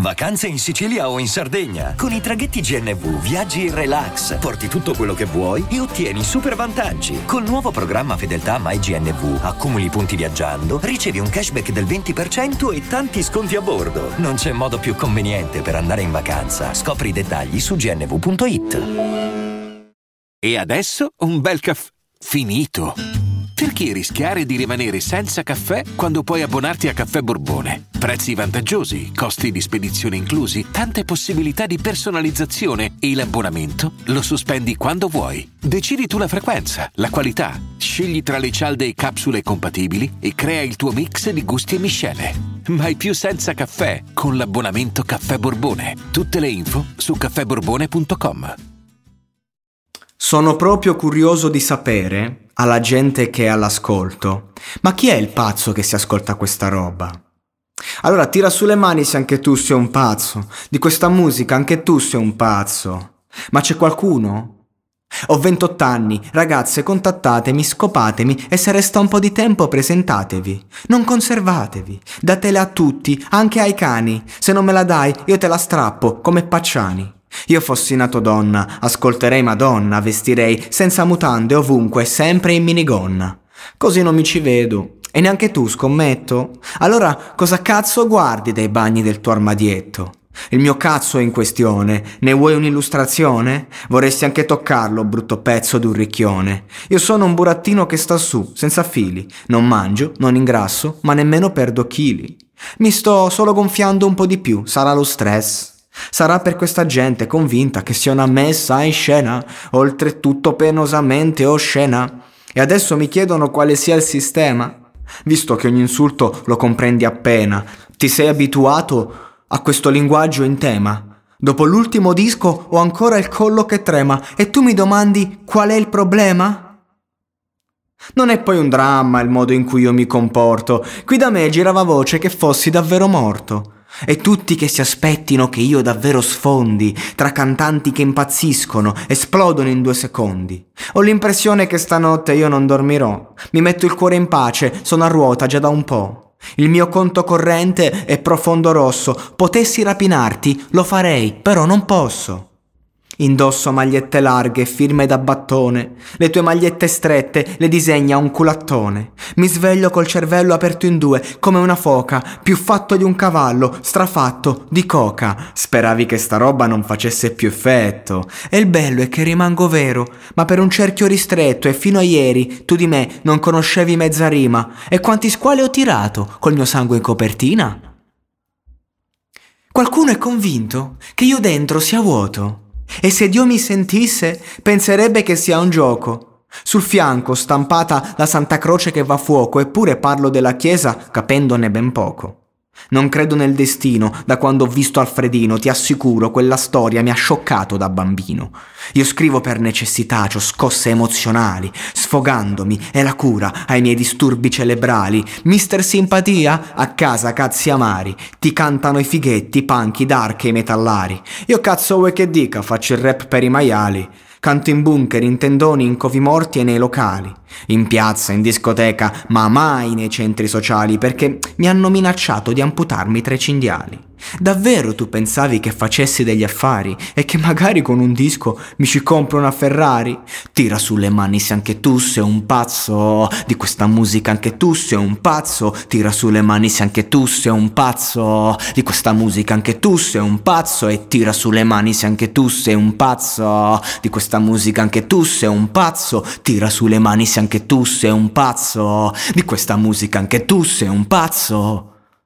Vacanze in Sicilia o in Sardegna. Con i traghetti GNV viaggi in relax, porti tutto quello che vuoi e ottieni super vantaggi. Col nuovo programma Fedeltà MyGNV accumuli punti viaggiando, ricevi un cashback del 20% e tanti sconti a bordo. Non c'è modo più conveniente per andare in vacanza. Scopri i dettagli su gnv.it. E adesso un bel caffè finito. Perché rischiare di rimanere senza caffè quando puoi abbonarti a Caffè Borbone? Prezzi vantaggiosi, costi di spedizione inclusi, tante possibilità di personalizzazione e l'abbonamento lo sospendi quando vuoi. Decidi tu la frequenza, la qualità, scegli tra le cialde e capsule compatibili e crea il tuo mix di gusti e miscele. Mai più senza caffè con l'abbonamento Caffè Borbone. Tutte le info su caffèborbone.com. Sono proprio curioso di sapere, alla gente che è all'ascolto, ma chi è il pazzo che si ascolta questa roba? Allora tira sulle mani se anche tu sei un pazzo, di questa musica anche tu sei un pazzo. Ma c'è qualcuno? Ho 28 anni, ragazze contattatemi, scopatemi e se resta un po' di tempo presentatevi. Non conservatevi, datele a tutti, anche ai cani. Se non me la dai io te la strappo come Pacciani. Io fossi nato donna, ascolterei Madonna, vestirei senza mutande ovunque, sempre in minigonna. Così non mi ci vedo. E neanche tu, scommetto? Allora cosa cazzo guardi dai bagni del tuo armadietto? Il mio cazzo è in questione, ne vuoi un'illustrazione? Vorresti anche toccarlo, brutto pezzo d'un ricchione. Io sono un burattino che sta su, senza fili. Non mangio, non ingrasso, ma nemmeno perdo chili. Mi sto solo gonfiando un po' di più, sarà lo stress. Sarà per questa gente convinta che sia una messa in scena, oltretutto penosamente oscena. E adesso mi chiedono quale sia il sistema. Visto che ogni insulto lo comprendi appena, ti sei abituato a questo linguaggio in tema. Dopo l'ultimo disco ho ancora il collo che trema e tu mi domandi qual è il problema? Non è poi un dramma il modo in cui io mi comporto. Qui da me girava voce che fossi davvero morto. E tutti che si aspettino che io davvero sfondi tra cantanti che impazziscono, esplodono in 2 secondi. Ho l'impressione che stanotte io non dormirò. Mi metto il cuore in pace, sono a ruota già da un po'. Il mio conto corrente è profondo rosso. Potessi rapinarti, lo farei, però non posso. Indosso magliette larghe, firme da battone. Le tue magliette strette le disegna un culattone. Mi sveglio col cervello aperto in 2, come una foca, più fatto di un cavallo, strafatto di coca. Speravi che sta roba non facesse più effetto. E il bello è che rimango vero, ma per un cerchio ristretto, e fino a ieri tu di me non conoscevi mezza rima. E quanti squali ho tirato col mio sangue in copertina? Qualcuno è convinto che io dentro sia vuoto. E se Dio mi sentisse, penserebbe che sia un gioco. Sul fianco stampata la Santa Croce che va a fuoco, eppure parlo della Chiesa capendone ben poco. Non credo nel destino, da quando ho visto Alfredino, ti assicuro, quella storia mi ha scioccato da bambino. Io scrivo per necessità, c'ho scosse emozionali, sfogandomi, è la cura ai miei disturbi cerebrali. Mister Simpatia, a casa cazzi amari, ti cantano i fighetti, i punky, i dark e i metallari. Io cazzo vuoi che dica, faccio il rap per i maiali. Canto in bunker, in tendoni, in covi morti e nei locali. In piazza, in discoteca, ma mai nei centri sociali, perché mi hanno minacciato di amputarmi 3 cinghiali. Davvero tu pensavi che facessi degli affari e che magari con un disco mi ci compro una Ferrari? Tira sulle mani se anche tu sei un pazzo, di questa musica anche tu sei un pazzo. Tira sulle mani se anche tu sei un pazzo, di questa musica anche tu sei un pazzo. E tira sulle mani se anche tu sei un pazzo, di questa musica anche tu sei un pazzo. Tira sulle mani se anche tu sei un pazzo, di questa musica anche tu sei un pazzo.